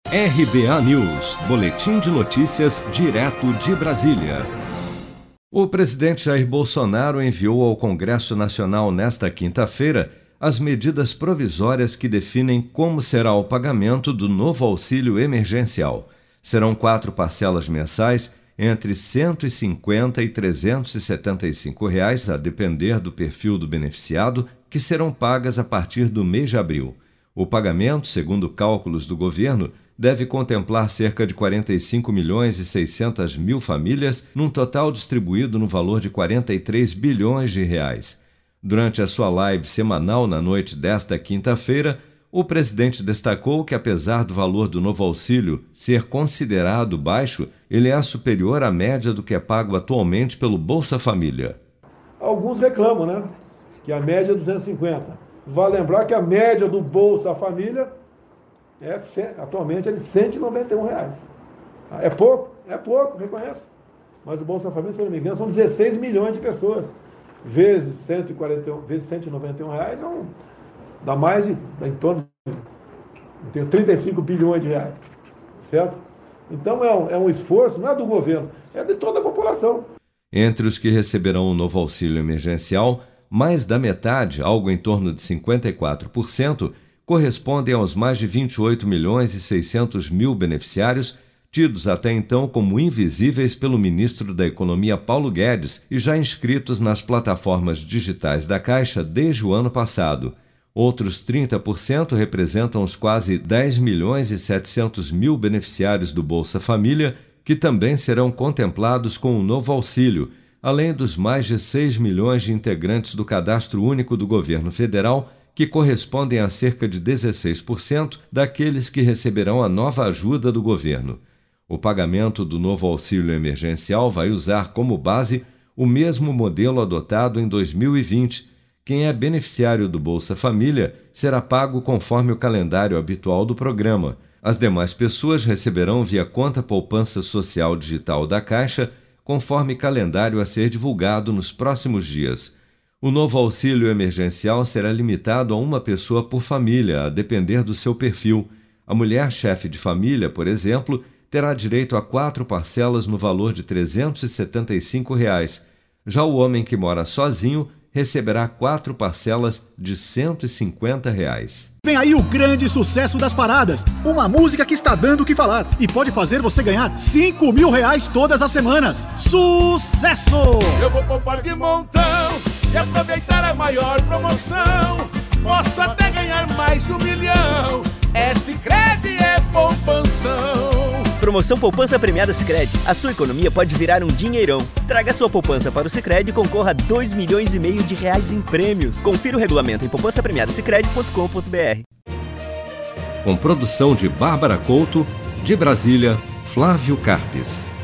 RBA News, boletim de notícias direto de Brasília. O presidente Jair Bolsonaro enviou ao Congresso Nacional nesta quinta-feira as medidas provisórias que definem como será o pagamento do novo auxílio emergencial. Serão 4 parcelas mensais entre R$ 150 e R$ 375, a depender do perfil do beneficiado, que serão pagas a partir do mês de abril. O pagamento, segundo cálculos do governo, deve contemplar cerca de 45 milhões e 600 mil famílias, num total distribuído no valor de 43 bilhões de reais. Durante a sua live semanal na noite desta quinta-feira, o presidente destacou que, apesar do valor do novo auxílio ser considerado baixo, ele é superior à média do que é pago atualmente pelo Bolsa Família. Alguns reclamam, né? Que a média é 250. Vale lembrar que a média do Bolsa Família atualmente é de R$ 191. É pouco, reconheço. Mas o Bolsa Família, se eu não me engano, são 16 milhões de pessoas. Vezes 141, vezes 191 reais, dá mais de, em torno de 35 bilhões de reais. Certo? Então é um esforço, não é do governo, é de toda a população. Entre os que receberão o novo auxílio emergencial, mais da metade, algo em torno de 54%, correspondem aos mais de 28 milhões e 600 mil beneficiários, tidos até então como invisíveis pelo ministro da Economia Paulo Guedes e já inscritos nas plataformas digitais da Caixa desde o ano passado. Outros 30% representam os quase 10 milhões e 700 mil beneficiários do Bolsa Família, que também serão contemplados com o novo auxílio, além dos mais de 6 milhões de integrantes do Cadastro Único do Governo Federal, que correspondem a cerca de 16% daqueles que receberão a nova ajuda do governo. O pagamento do novo auxílio emergencial vai usar como base o mesmo modelo adotado em 2020. Quem é beneficiário do Bolsa Família será pago conforme o calendário habitual do programa. As demais pessoas receberão via conta poupança social digital da Caixa, conforme calendário a ser divulgado nos próximos dias. O novo auxílio emergencial será limitado a uma pessoa por família, a depender do seu perfil. A mulher chefe de família, por exemplo, terá direito a 4 parcelas no valor de R$ 375. Já o homem que mora sozinho receberá 4 parcelas de R$ 150. Vem aí o grande sucesso das paradas, uma música que está dando o que falar e pode fazer você ganhar R$ 5 mil todas as semanas. Sucesso! Eu vou poupar de montão e aproveitar a maior promoção. Posso até ganhar mais de R$ 1 milhão. É Sicredi, é poupanção. Promoção Poupança Premiada Sicredi. A sua economia pode virar um dinheirão. Traga sua poupança para o Sicredi e concorra a R$ 2,5 milhões em prêmios. Confira o regulamento em poupancapremiadasicredi.com.br. Com produção de Bárbara Couto, de Brasília, Flávio Carpes.